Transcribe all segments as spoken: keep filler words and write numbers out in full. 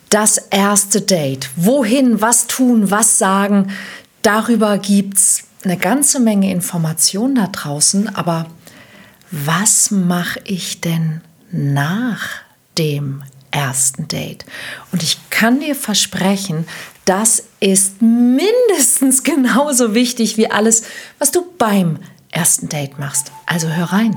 Das erste Date. Wohin, was tun, was sagen? Darüber gibt es eine ganze Menge Informationen da draußen. Aber was mache ich denn nach dem ersten Date? Und ich kann dir versprechen, das ist mindestens genauso wichtig wie alles, was du beim ersten Date machst. Also hör rein.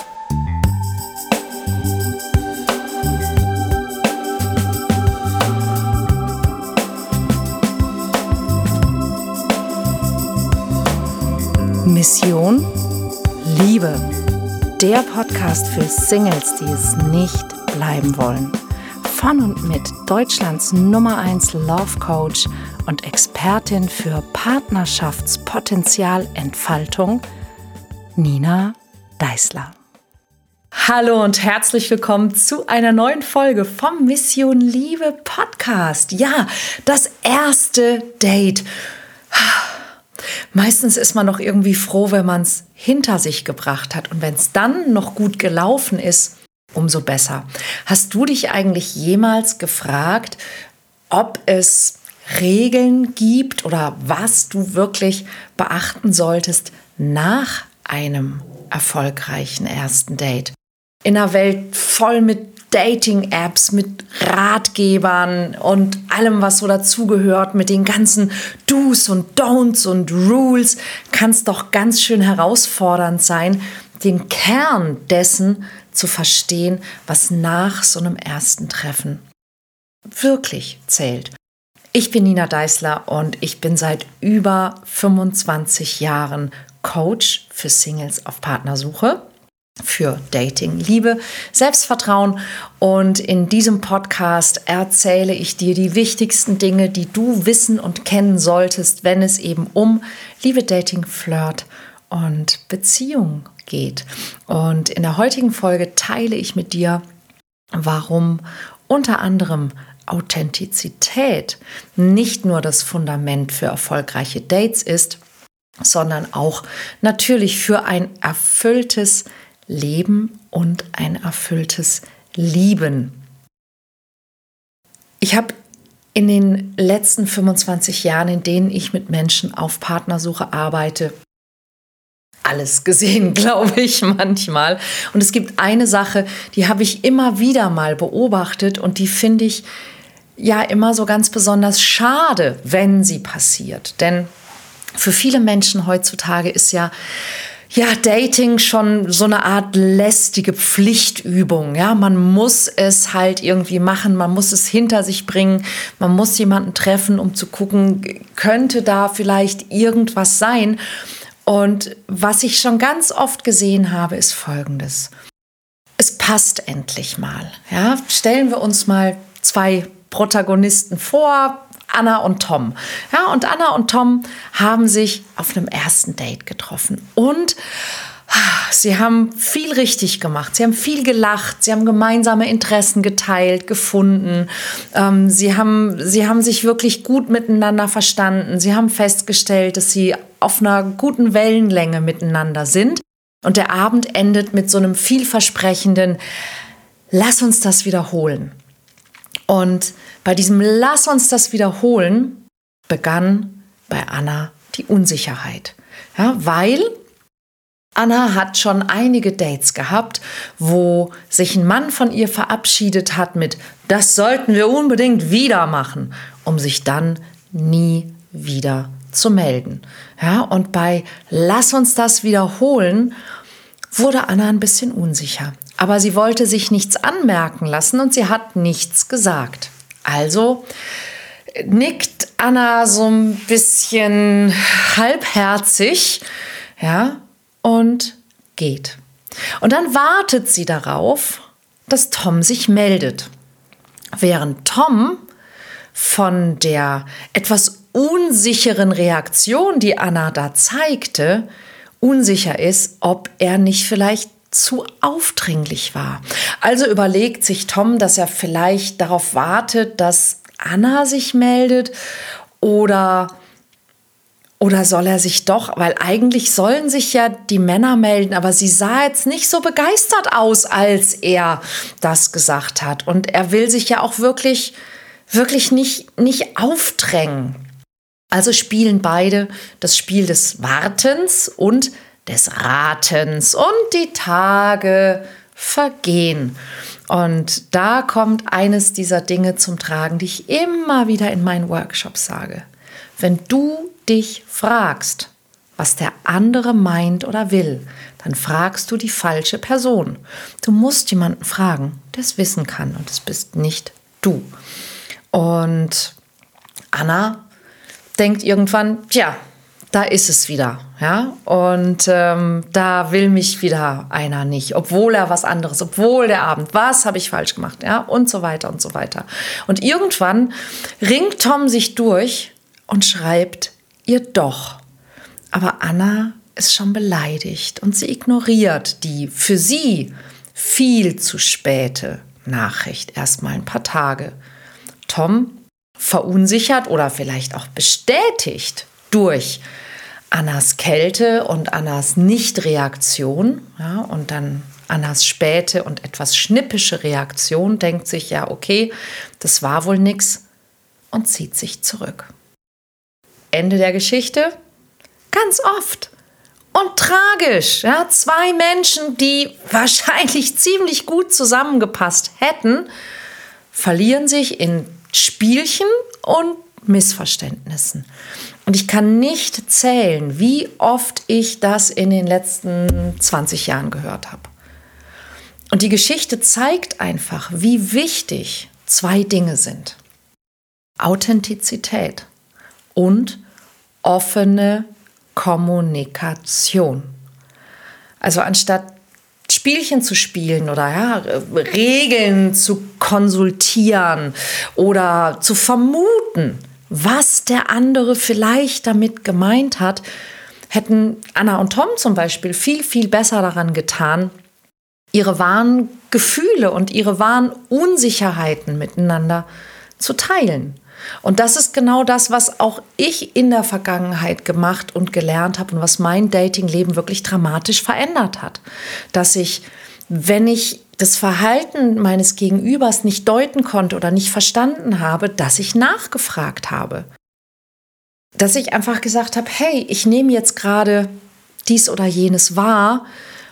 Mission Liebe. Der Podcast für Singles, die es nicht bleiben wollen. Von und mit Deutschlands Nummer eins Love Coach und Expertin für Partnerschaftspotenzialentfaltung, Nina Deißler. Hallo und herzlich willkommen zu einer neuen Folge vom Mission Liebe Podcast. Ja, das erste Date. Meistens ist man noch irgendwie froh, wenn man es hinter sich gebracht hat. Und wenn es dann noch gut gelaufen ist, umso besser. Hast du dich eigentlich jemals gefragt, ob es Regeln gibt oder was du wirklich beachten solltest nach einem erfolgreichen ersten Date? In einer Welt voll mit Dating-Apps, mit Ratgebern und allem, was so dazugehört, mit den ganzen Do's und Don'ts und Rules, kann es doch ganz schön herausfordernd sein, den Kern dessen zu verstehen, was nach so einem ersten Treffen wirklich zählt. Ich bin Nina Deißler und ich bin seit über fünfundzwanzig Jahren Coach für Singles auf Partnersuche, für Dating, Liebe, Selbstvertrauen, und in diesem Podcast erzähle ich dir die wichtigsten Dinge, die du wissen und kennen solltest, wenn es eben um Liebe, Dating, Flirt und Beziehung geht. Und in der heutigen Folge teile ich mit dir, warum unter anderem Authentizität nicht nur das Fundament für erfolgreiche Dates ist, sondern auch natürlich für ein erfülltes Leben und ein erfülltes Lieben. Ich habe in den letzten fünfundzwanzig Jahren, in denen ich mit Menschen auf Partnersuche arbeite, alles gesehen, glaube ich, manchmal. Und es gibt eine Sache, die habe ich immer wieder mal beobachtet und die finde ich ja immer so ganz besonders schade, wenn sie passiert. Denn für viele Menschen heutzutage ist ja Ja, Dating schon so eine Art lästige Pflichtübung. Ja, man muss es halt irgendwie machen, man muss es hinter sich bringen, man muss jemanden treffen, um zu gucken, könnte da vielleicht irgendwas sein. Und was ich schon ganz oft gesehen habe, ist Folgendes. Es passt endlich mal. Ja, stellen wir uns mal zwei Protagonisten vor, Anna und Tom. Ja, und Anna und Tom haben sich auf einem ersten Date getroffen. Und sie haben viel richtig gemacht. Sie haben viel gelacht. Sie haben gemeinsame Interessen geteilt, gefunden. Ähm, sie haben, sie haben sich wirklich gut miteinander verstanden. Sie haben festgestellt, dass sie auf einer guten Wellenlänge miteinander sind. Und der Abend endet mit so einem vielversprechenden: Lass uns das wiederholen. Und bei diesem Lass uns das wiederholen begann bei Anna die Unsicherheit. Ja, weil Anna hat schon einige Dates gehabt, wo sich ein Mann von ihr verabschiedet hat mit: Das sollten wir unbedingt wieder machen, um sich dann nie wieder zu melden. Ja, und bei Lass uns das wiederholen wurde Anna ein bisschen unsicher. Aber sie wollte sich nichts anmerken lassen und sie hat nichts gesagt. Also nickt Anna so ein bisschen halbherzig, ja, und geht. Und dann wartet sie darauf, dass Tom sich meldet. Während Tom von der etwas unsicheren Reaktion, die Anna da zeigte, unsicher ist, ob er nicht vielleicht zu aufdringlich war. Also überlegt sich Tom, dass er vielleicht darauf wartet, dass Anna sich meldet, oder, oder soll er sich doch, weil eigentlich sollen sich ja die Männer melden, aber sie sah jetzt nicht so begeistert aus, als er das gesagt hat. Und er will sich ja auch wirklich wirklich nicht, nicht aufdrängen. Also spielen beide das Spiel des Wartens und des Ratens und die Tage vergehen. Und da kommt eines dieser Dinge zum Tragen, die ich immer wieder in meinen Workshops sage. Wenn du dich fragst, was der andere meint oder will, dann fragst du die falsche Person. Du musst jemanden fragen, der es wissen kann, und es bist nicht du. Und Anna denkt irgendwann, tja, da ist es wieder, ja, und ähm, da will mich wieder einer nicht, obwohl er was anderes, obwohl der Abend, was habe ich falsch gemacht, ja, und so weiter und so weiter. Und irgendwann ringt Tom sich durch und schreibt ihr doch. Aber Anna ist schon beleidigt und sie ignoriert die für sie viel zu späte Nachricht erstmal ein paar Tage. Tom, verunsichert oder vielleicht auch bestätigt durch Annas Kälte und Annas Nichtreaktion, ja, und dann Annas späte und etwas schnippische Reaktion, denkt sich, ja, okay, das war wohl nix, und zieht sich zurück. Ende der Geschichte? Ganz oft. Und tragisch. Ja, zwei Menschen, die wahrscheinlich ziemlich gut zusammengepasst hätten, verlieren sich in Spielchen und Missverständnissen. Und ich kann nicht zählen, wie oft ich das in den letzten zwanzig Jahren gehört habe. Und die Geschichte zeigt einfach, wie wichtig zwei Dinge sind. Authentizität und offene Kommunikation. Also anstatt Spielchen zu spielen oder ja, Regeln zu konsultieren oder zu vermuten, was der andere vielleicht damit gemeint hat, hätten Anna und Tom zum Beispiel viel, viel besser daran getan, ihre wahren Gefühle und ihre wahren Unsicherheiten miteinander zu teilen. Und das ist genau das, was auch ich in der Vergangenheit gemacht und gelernt habe und was mein Datingleben wirklich dramatisch verändert hat. Dass ich, wenn ich das Verhalten meines Gegenübers nicht deuten konnte oder nicht verstanden habe, dass ich nachgefragt habe. Dass ich einfach gesagt habe, hey, ich nehme jetzt gerade dies oder jenes wahr.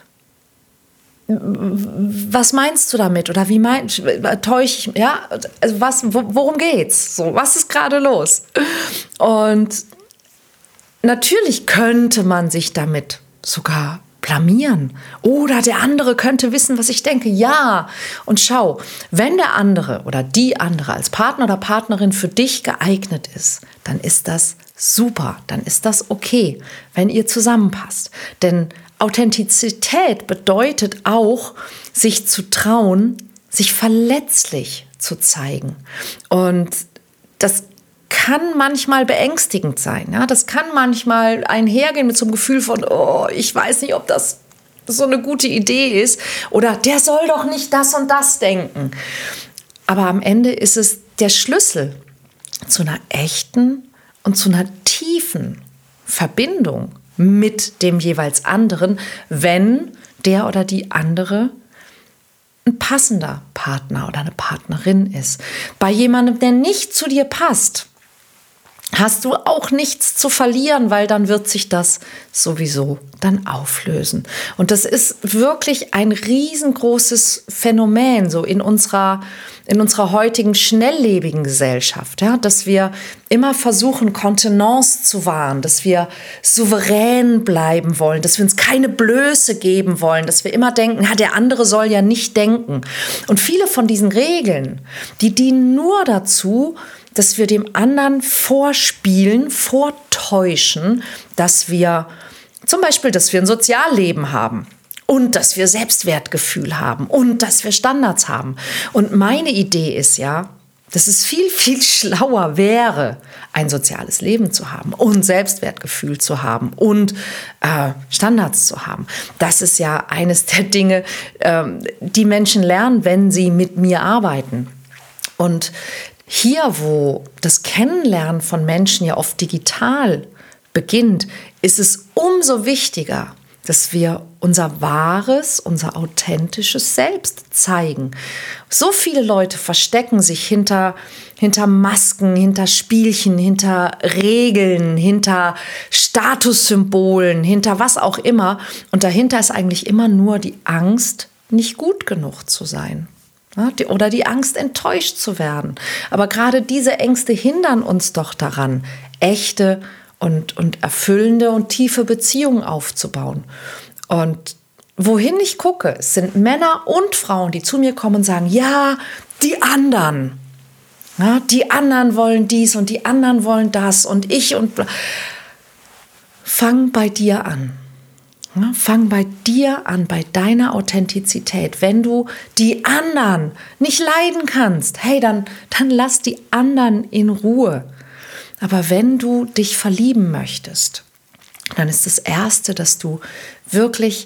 Was meinst du damit? Oder wie meinst täusche ich? Ja, also was, worum geht's? So, was ist gerade los? Und natürlich könnte man sich damit sogar blamieren. Oder der andere könnte wissen, was ich denke. Ja, und schau, wenn der andere oder die andere als Partner oder Partnerin für dich geeignet ist, dann ist das super, dann ist das okay, wenn ihr zusammenpasst. Denn Authentizität bedeutet auch, sich zu trauen, sich verletzlich zu zeigen. Und das kann manchmal beängstigend sein. Ja? Das kann manchmal einhergehen mit so einem Gefühl von, oh, ich weiß nicht, ob das so eine gute Idee ist. Oder der soll doch nicht das und das denken. Aber am Ende ist es der Schlüssel zu einer echten und zu einer tiefen Verbindung mit dem jeweils anderen, wenn der oder die andere ein passender Partner oder eine Partnerin ist. Bei jemandem, der nicht zu dir passt, hast du auch nichts zu verlieren, weil dann wird sich das sowieso dann auflösen. Und das ist wirklich ein riesengroßes Phänomen so in unserer, in unserer heutigen schnelllebigen Gesellschaft, ja, dass wir immer versuchen, Kontenance zu wahren, dass wir souverän bleiben wollen, dass wir uns keine Blöße geben wollen, dass wir immer denken, ja, der andere soll ja nicht denken. Und viele von diesen Regeln, die dienen nur dazu, dass wir dem anderen vorspielen, vortäuschen, dass wir zum Beispiel, dass wir ein Sozialleben haben und dass wir Selbstwertgefühl haben und dass wir Standards haben. Und meine Idee ist ja, dass es viel, viel schlauer wäre, ein soziales Leben zu haben und Selbstwertgefühl zu haben und äh, Standards zu haben. Das ist ja eines der Dinge, äh, die Menschen lernen, wenn sie mit mir arbeiten. Und hier, wo das Kennenlernen von Menschen ja oft digital beginnt, ist es umso wichtiger, dass wir unser wahres, unser authentisches Selbst zeigen. So viele Leute verstecken sich hinter, hinter Masken, hinter Spielchen, hinter Regeln, hinter Statussymbolen, hinter was auch immer. Und dahinter ist eigentlich immer nur die Angst, nicht gut genug zu sein. Ja, die, oder die Angst, enttäuscht zu werden. Aber gerade diese Ängste hindern uns doch daran, echte und, und erfüllende und tiefe Beziehungen aufzubauen. Und wohin ich gucke, es sind Männer und Frauen, die zu mir kommen und sagen, ja, die anderen. Ja, die anderen wollen dies und die anderen wollen das und ich und bla. Fang bei dir an. Ja, fang bei dir an, bei deiner Authentizität. Wenn du die anderen nicht leiden kannst, hey, dann, dann lass die anderen in Ruhe. Aber wenn du dich verlieben möchtest, dann ist das Erste, dass du wirklich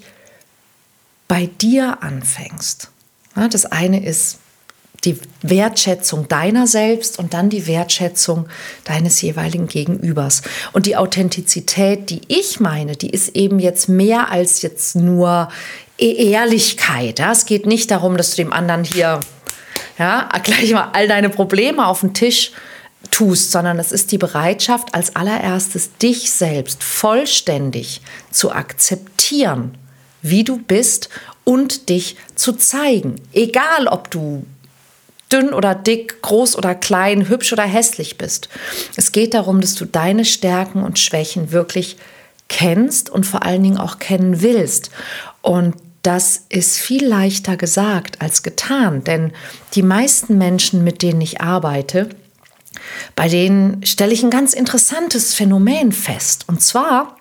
bei dir anfängst. Ja, das eine ist die Wertschätzung deiner selbst und dann die Wertschätzung deines jeweiligen Gegenübers. Und die Authentizität, die ich meine, die ist eben jetzt mehr als jetzt nur Ehrlichkeit. Ja, es geht nicht darum, dass du dem anderen hier ja, gleich mal all deine Probleme auf den Tisch tust, sondern es ist die Bereitschaft, als allererstes dich selbst vollständig zu akzeptieren, wie du bist und dich zu zeigen. Egal, ob du dünn oder dick, groß oder klein, hübsch oder hässlich bist. Es geht darum, dass du deine Stärken und Schwächen wirklich kennst und vor allen Dingen auch kennen willst. Und das ist viel leichter gesagt als getan, denn die meisten Menschen, mit denen ich arbeite, bei denen stelle ich ein ganz interessantes Phänomen fest. Und zwar,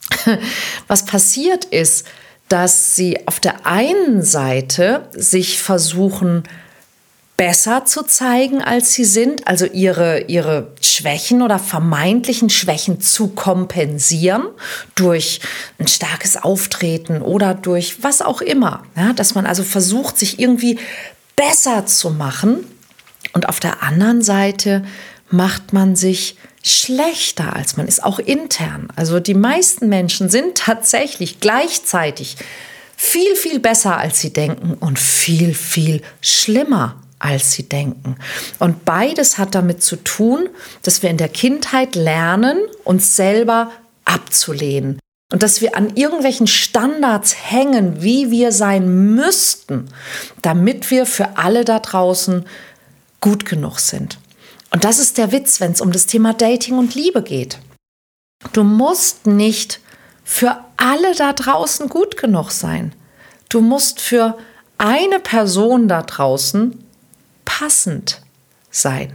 was passiert ist, dass sie auf der einen Seite sich versuchen, besser zu zeigen, als sie sind, also ihre, ihre Schwächen oder vermeintlichen Schwächen zu kompensieren durch ein starkes Auftreten oder durch was auch immer. Ja, dass man also versucht, sich irgendwie besser zu machen. Und auf der anderen Seite macht man sich schlechter, als man ist, auch intern. Also die meisten Menschen sind tatsächlich gleichzeitig viel, viel besser, als sie denken und viel, viel schlimmer, als sie denken. Und beides hat damit zu tun, dass wir in der Kindheit lernen, uns selber abzulehnen. Und dass wir an irgendwelchen Standards hängen, wie wir sein müssten, damit wir für alle da draußen gut genug sind. Und das ist der Witz, wenn es um das Thema Dating und Liebe geht. Du musst nicht für alle da draußen gut genug sein. Du musst für eine Person da draußen passend sein.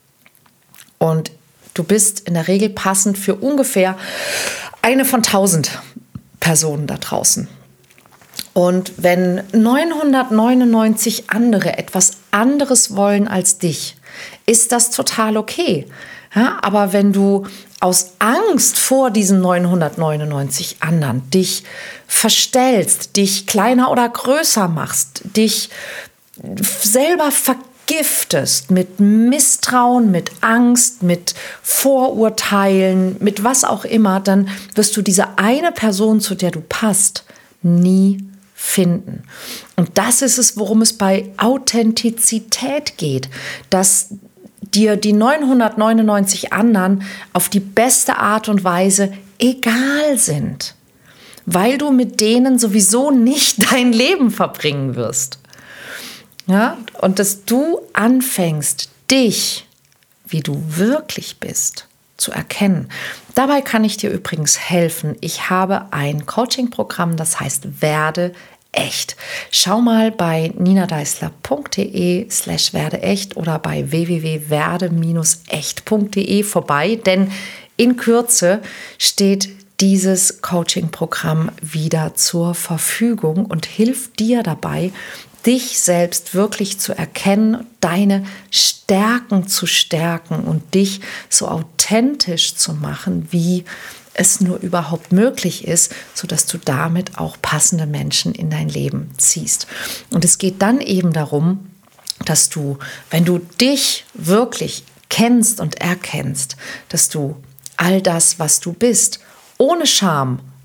Und du bist in der Regel passend für ungefähr eine von tausend Personen da draußen. Und wenn neunhundertneunundneunzig andere etwas anderes wollen als dich, ist das total okay. Ja, aber wenn du aus Angst vor diesen neunhundertneunundneunzig anderen dich verstellst, dich kleiner oder größer machst, dich selber vergiftest mit Misstrauen, mit Angst, mit Vorurteilen, mit was auch immer, dann wirst du diese eine Person, zu der du passt, nie finden. Und das ist es, worum es bei Authentizität geht, dass dir die neunhundertneunundneunzig anderen auf die beste Art und Weise egal sind, weil du mit denen sowieso nicht dein Leben verbringen wirst. Ja? Und dass du anfängst, dich, wie du wirklich bist, zu erkennen. Dabei kann ich dir übrigens helfen. Ich habe ein Coaching-Programm, das heißt Werde echt. Schau mal bei ninadeisler.de slash werdeecht oder bei w w w punkt werde echt punkt de vorbei, denn in Kürze steht dieses Coaching-Programm wieder zur Verfügung und hilft dir dabei, dich selbst wirklich zu erkennen, deine Stärken zu stärken und dich so authentisch zu machen, wie es nur überhaupt möglich ist, sodass du damit auch passende Menschen in dein Leben ziehst. Und es geht dann eben darum, dass du, wenn du dich wirklich kennst und erkennst, dass du all das, was du bist, ohne Scham,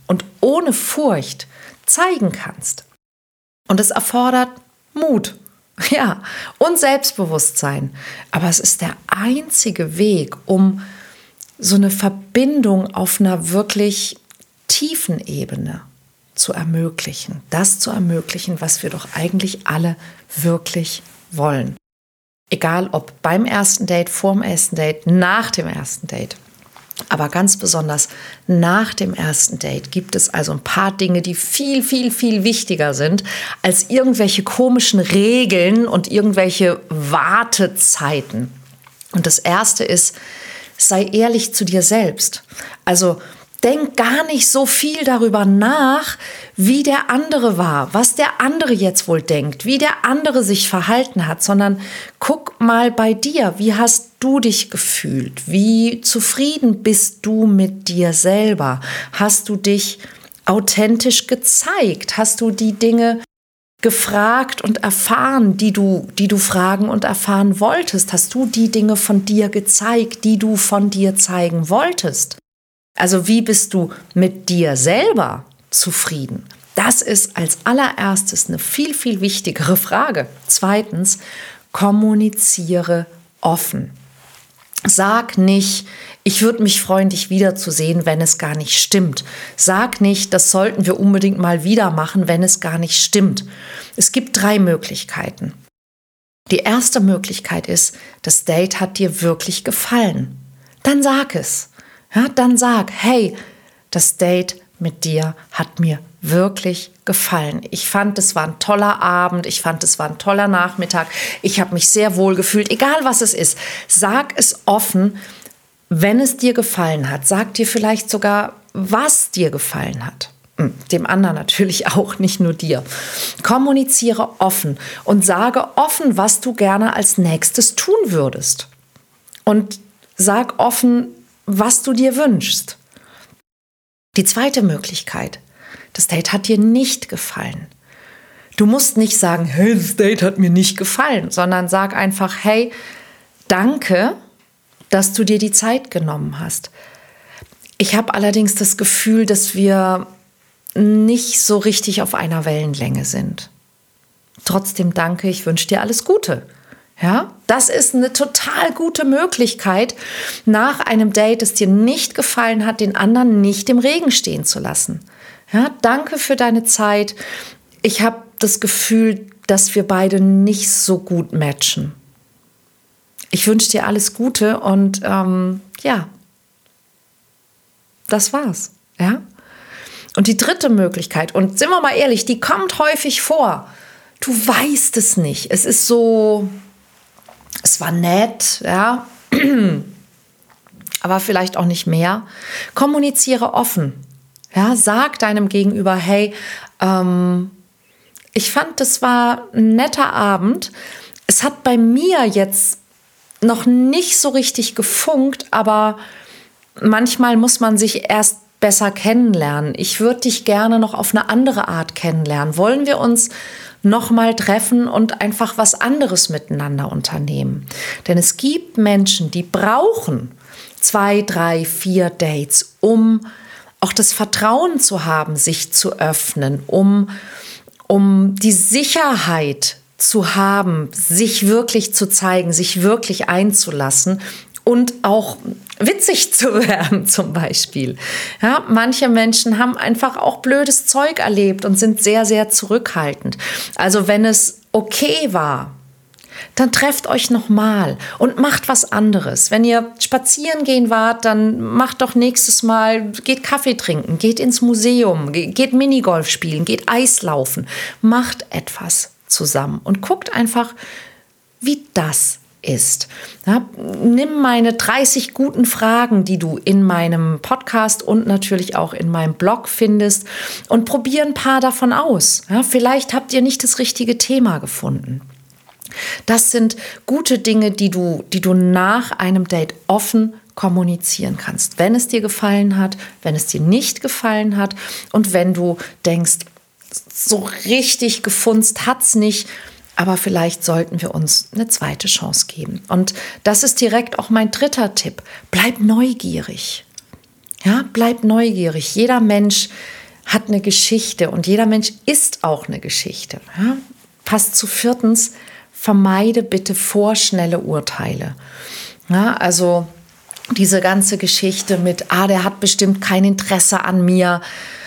und ohne Furcht zeigen kannst. Und es erfordert Mut, ja, und Selbstbewusstsein. Aber es ist der einzige Weg, um so eine Verbindung auf einer wirklich tiefen Ebene zu ermöglichen. Das zu ermöglichen, was wir doch eigentlich alle wirklich wollen. Egal ob beim ersten Date, vor dem ersten Date, nach dem ersten Date. Aber ganz besonders nach dem ersten Date gibt es also ein paar Dinge, die viel, viel, viel wichtiger sind als irgendwelche komischen Regeln und irgendwelche Wartezeiten. Und das erste ist, sei ehrlich zu dir selbst. Also denk gar nicht so viel darüber nach, wie der andere war, was der andere jetzt wohl denkt, wie der andere sich verhalten hat, sondern guck mal bei dir, wie hast du dich gefühlt, wie zufrieden bist du mit dir selber, hast du dich authentisch gezeigt, hast du die Dinge gefragt und erfahren, die du, die du fragen und erfahren wolltest, hast du die Dinge von dir gezeigt, die du von dir zeigen wolltest. Also wie bist du mit dir selber zufrieden? Das ist als allererstes eine viel, viel wichtigere Frage. Zweitens, kommuniziere offen. Sag nicht, ich würde mich freuen, dich wiederzusehen, wenn es gar nicht stimmt. Sag nicht, das sollten wir unbedingt mal wieder machen, wenn es gar nicht stimmt. Es gibt drei Möglichkeiten. Die erste Möglichkeit ist, das Date hat dir wirklich gefallen. Dann sag es. Ja, dann sag, hey, das Date mit dir hat mir wirklich gefallen. Ich fand, es war ein toller Abend, ich fand, es war ein toller Nachmittag, ich habe mich sehr wohl gefühlt, egal was es ist. Sag es offen, wenn es dir gefallen hat. Sag dir vielleicht sogar, was dir gefallen hat. Dem anderen natürlich auch, nicht nur dir. Kommuniziere offen und sage offen, was du gerne als nächstes tun würdest. Und sag offen, was du dir wünschst. Die zweite Möglichkeit, das Date hat dir nicht gefallen. Du musst nicht sagen, hey, das Date hat mir nicht gefallen, sondern sag einfach, hey, danke, dass du dir die Zeit genommen hast. Ich habe allerdings das Gefühl, dass wir nicht so richtig auf einer Wellenlänge sind. Trotzdem danke, ich wünsche dir alles Gute. Ja, das ist eine total gute Möglichkeit, nach einem Date, das dir nicht gefallen hat, den anderen nicht im Regen stehen zu lassen. Ja, danke für deine Zeit. Ich habe das Gefühl, dass wir beide nicht so gut matchen. Ich wünsche dir alles Gute und ähm, ja, das war's. Ja? Und die dritte Möglichkeit, und sind wir mal ehrlich, die kommt häufig vor. Du weißt es nicht. Es ist so... Es war nett, ja, aber vielleicht auch nicht mehr. Kommuniziere offen. Ja, sag deinem Gegenüber, hey, ähm, ich fand, das war ein netter Abend. Es hat bei mir jetzt noch nicht so richtig gefunkt, aber manchmal muss man sich erst besser kennenlernen. Ich würde dich gerne noch auf eine andere Art kennenlernen. Wollen wir uns noch mal treffen und einfach was anderes miteinander unternehmen? Denn es gibt Menschen, die brauchen zwei, drei, vier Dates, um auch das Vertrauen zu haben, sich zu öffnen, um, um die Sicherheit zu haben, sich wirklich zu zeigen, sich wirklich einzulassen und auch witzig zu werden zum Beispiel. Ja, manche Menschen haben einfach auch blödes Zeug erlebt und sind sehr, sehr zurückhaltend. Also wenn es okay war, dann trefft euch nochmal und macht was anderes. Wenn ihr spazieren gehen wart, dann macht doch nächstes Mal, geht Kaffee trinken, geht ins Museum, geht Minigolf spielen, geht Eislaufen. Macht etwas zusammen und guckt einfach, wie das ist. Ja, nimm meine dreißig guten Fragen, die du in meinem Podcast und natürlich auch in meinem Blog findest, und probier ein paar davon aus. Ja, vielleicht habt ihr nicht das richtige Thema gefunden. Das sind gute Dinge, die du, die du nach einem Date offen kommunizieren kannst. Wenn es dir gefallen hat, wenn es dir nicht gefallen hat und wenn du denkst, so richtig gefunzt hat's nicht, aber vielleicht sollten wir uns eine zweite Chance geben. Und das ist direkt auch mein dritter Tipp. Bleib neugierig. Ja, bleib neugierig. Jeder Mensch hat eine Geschichte und jeder Mensch ist auch eine Geschichte. Ja? Passt zu viertens, vermeide bitte vorschnelle Urteile. Ja, also diese ganze Geschichte mit, ah, der hat bestimmt kein Interesse an mir.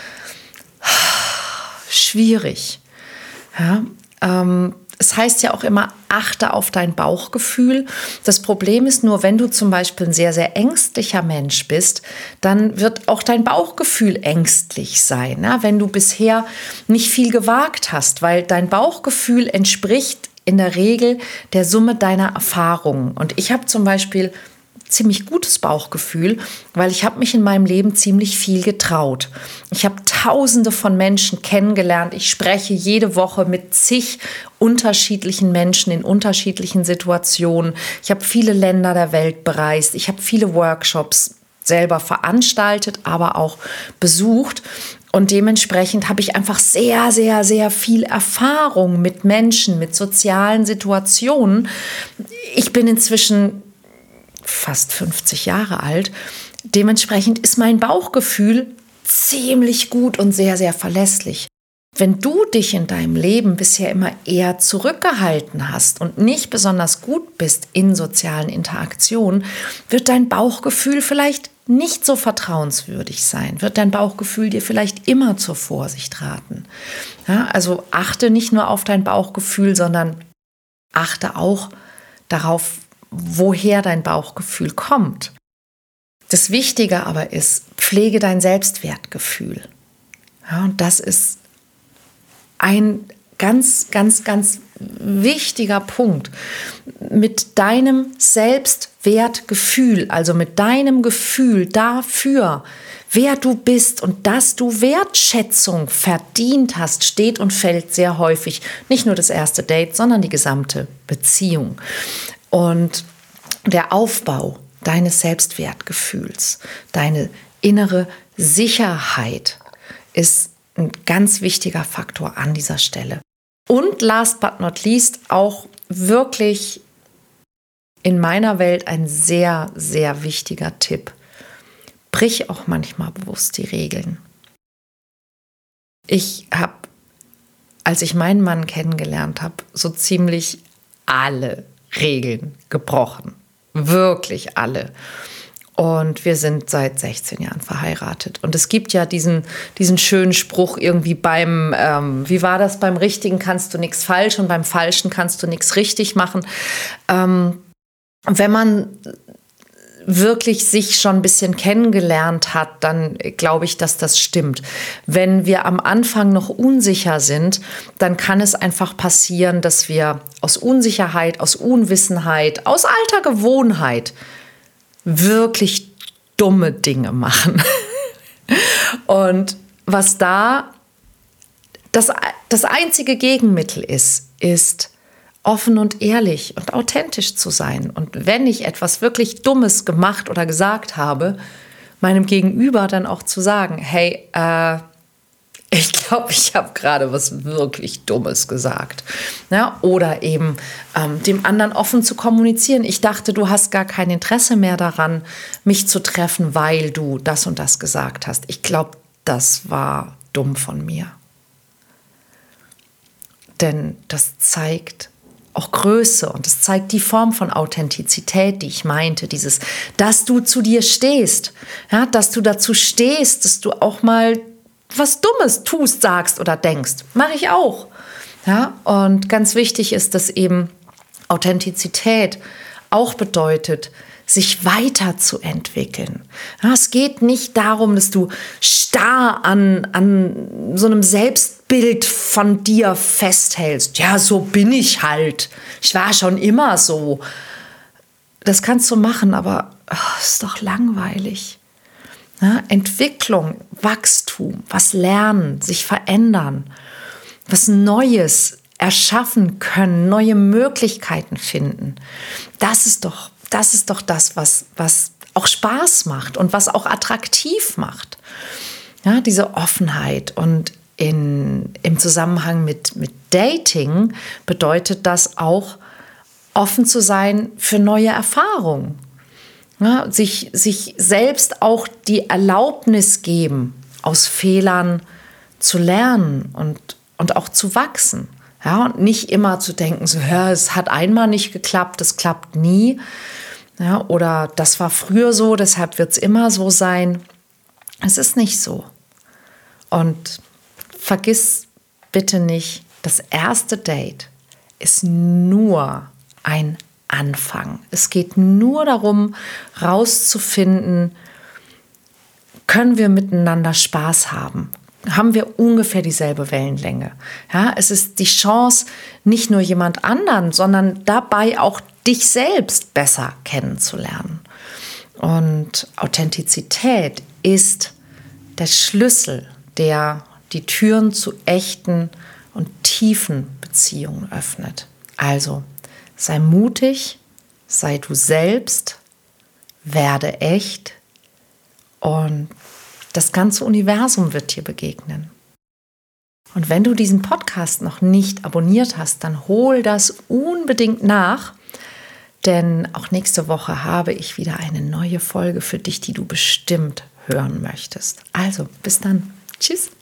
Schwierig. Ja, ähm, es heißt ja auch immer, achte auf dein Bauchgefühl. Das Problem ist nur, wenn du zum Beispiel ein sehr, sehr ängstlicher Mensch bist, dann wird auch dein Bauchgefühl ängstlich sein. Ja? Wenn du bisher nicht viel gewagt hast, weil dein Bauchgefühl entspricht in der Regel der Summe deiner Erfahrungen. Und ich habe zum Beispiel ziemlich gutes Bauchgefühl, weil ich habe mich in meinem Leben ziemlich viel getraut. Ich habe Tausende von Menschen kennengelernt. Ich spreche jede Woche mit zig unterschiedlichen Menschen in unterschiedlichen Situationen. Ich habe viele Länder der Welt bereist. Ich habe viele Workshops selber veranstaltet, aber auch besucht. Und dementsprechend habe ich einfach sehr, sehr, sehr viel Erfahrung mit Menschen, mit sozialen Situationen. Ich bin inzwischen fast fünfzig Jahre alt. Dementsprechend ist mein Bauchgefühl ziemlich gut und sehr, sehr verlässlich. Wenn du dich in deinem Leben bisher immer eher zurückgehalten hast und nicht besonders gut bist in sozialen Interaktionen, wird dein Bauchgefühl vielleicht nicht so vertrauenswürdig sein, wird dein Bauchgefühl dir vielleicht immer zur Vorsicht raten. Ja, also achte nicht nur auf dein Bauchgefühl, sondern achte auch darauf, woher dein Bauchgefühl kommt. Das Wichtige aber ist, pflege dein Selbstwertgefühl. Ja, und das ist ein ganz, ganz, ganz wichtiger Punkt. Mit deinem Selbstwertgefühl, also mit deinem Gefühl dafür, wer du bist und dass du Wertschätzung verdient hast, steht und fällt sehr häufig nicht nur das erste Date, sondern die gesamte Beziehung. Und der Aufbau deines Selbstwertgefühls, deine innere Sicherheit ist ein ganz wichtiger Faktor an dieser Stelle. Und last but not least auch wirklich in meiner Welt ein sehr, sehr wichtiger Tipp. Brich auch manchmal bewusst die Regeln. Ich habe, als ich meinen Mann kennengelernt habe, so ziemlich alle Regeln gebrochen. Wirklich alle. Und wir sind seit sechzehn Jahren verheiratet. Und es gibt ja diesen, diesen schönen Spruch irgendwie beim, ähm, wie war das, beim Richtigen kannst du nichts falsch und beim Falschen kannst du nichts richtig machen. Ähm, wenn man wirklich sich schon ein bisschen kennengelernt hat, dann glaube ich, dass das stimmt. Wenn wir am Anfang noch unsicher sind, dann kann es einfach passieren, dass wir aus Unsicherheit, aus Unwissenheit, aus alter Gewohnheit wirklich dumme Dinge machen. Und was da das, das einzige Gegenmittel ist, ist offen und ehrlich und authentisch zu sein. Und wenn ich etwas wirklich Dummes gemacht oder gesagt habe, meinem Gegenüber dann auch zu sagen, hey, äh, ich glaube, ich habe gerade was wirklich Dummes gesagt. Ja, oder eben ähm, dem anderen offen zu kommunizieren. Ich dachte, du hast gar kein Interesse mehr daran, mich zu treffen, weil du das und das gesagt hast. Ich glaube, das war dumm von mir. Denn das zeigt auch Größe und es zeigt die Form von Authentizität, die ich meinte, dieses, dass du zu dir stehst, ja, dass du dazu stehst, dass du auch mal was Dummes tust, sagst oder denkst. Mache ich auch. Ja, und ganz wichtig ist, dass eben Authentizität auch bedeutet, sich weiterzuentwickeln. Ja, es geht nicht darum, dass du starr an, an so einem Selbstbild von dir festhältst. Ja, so bin ich halt. Ich war schon immer so. Das kannst du machen, aber oh, ist doch langweilig. Ja, Entwicklung, Wachstum, was lernen, sich verändern, was Neues erschaffen können, neue Möglichkeiten finden. Das ist doch Das ist doch das, was, was auch Spaß macht und was auch attraktiv macht. Ja, diese Offenheit. Und in, im Zusammenhang mit, mit Dating bedeutet das auch, offen zu sein für neue Erfahrungen. Ja, sich, sich selbst auch die Erlaubnis geben, aus Fehlern zu lernen und, und auch zu wachsen. Ja, und nicht immer zu denken, so, ja, es hat einmal nicht geklappt, es klappt nie. Ja, oder das war früher so, deshalb wird es immer so sein. Es ist nicht so. Und vergiss bitte nicht, das erste Date ist nur ein Anfang. Es geht nur darum, rauszufinden, können wir miteinander Spaß haben? Haben wir ungefähr dieselbe Wellenlänge? Ja, es ist die Chance, nicht nur jemand anderen, sondern dabei auch dich selbst besser kennenzulernen. Und Authentizität ist der Schlüssel, der die Türen zu echten und tiefen Beziehungen öffnet. Also sei mutig, sei du selbst, werde echt und das ganze Universum wird dir begegnen. Und wenn du diesen Podcast noch nicht abonniert hast, dann hol das unbedingt nach, denn auch nächste Woche habe ich wieder eine neue Folge für dich, die du bestimmt hören möchtest. Also, bis dann. Tschüss.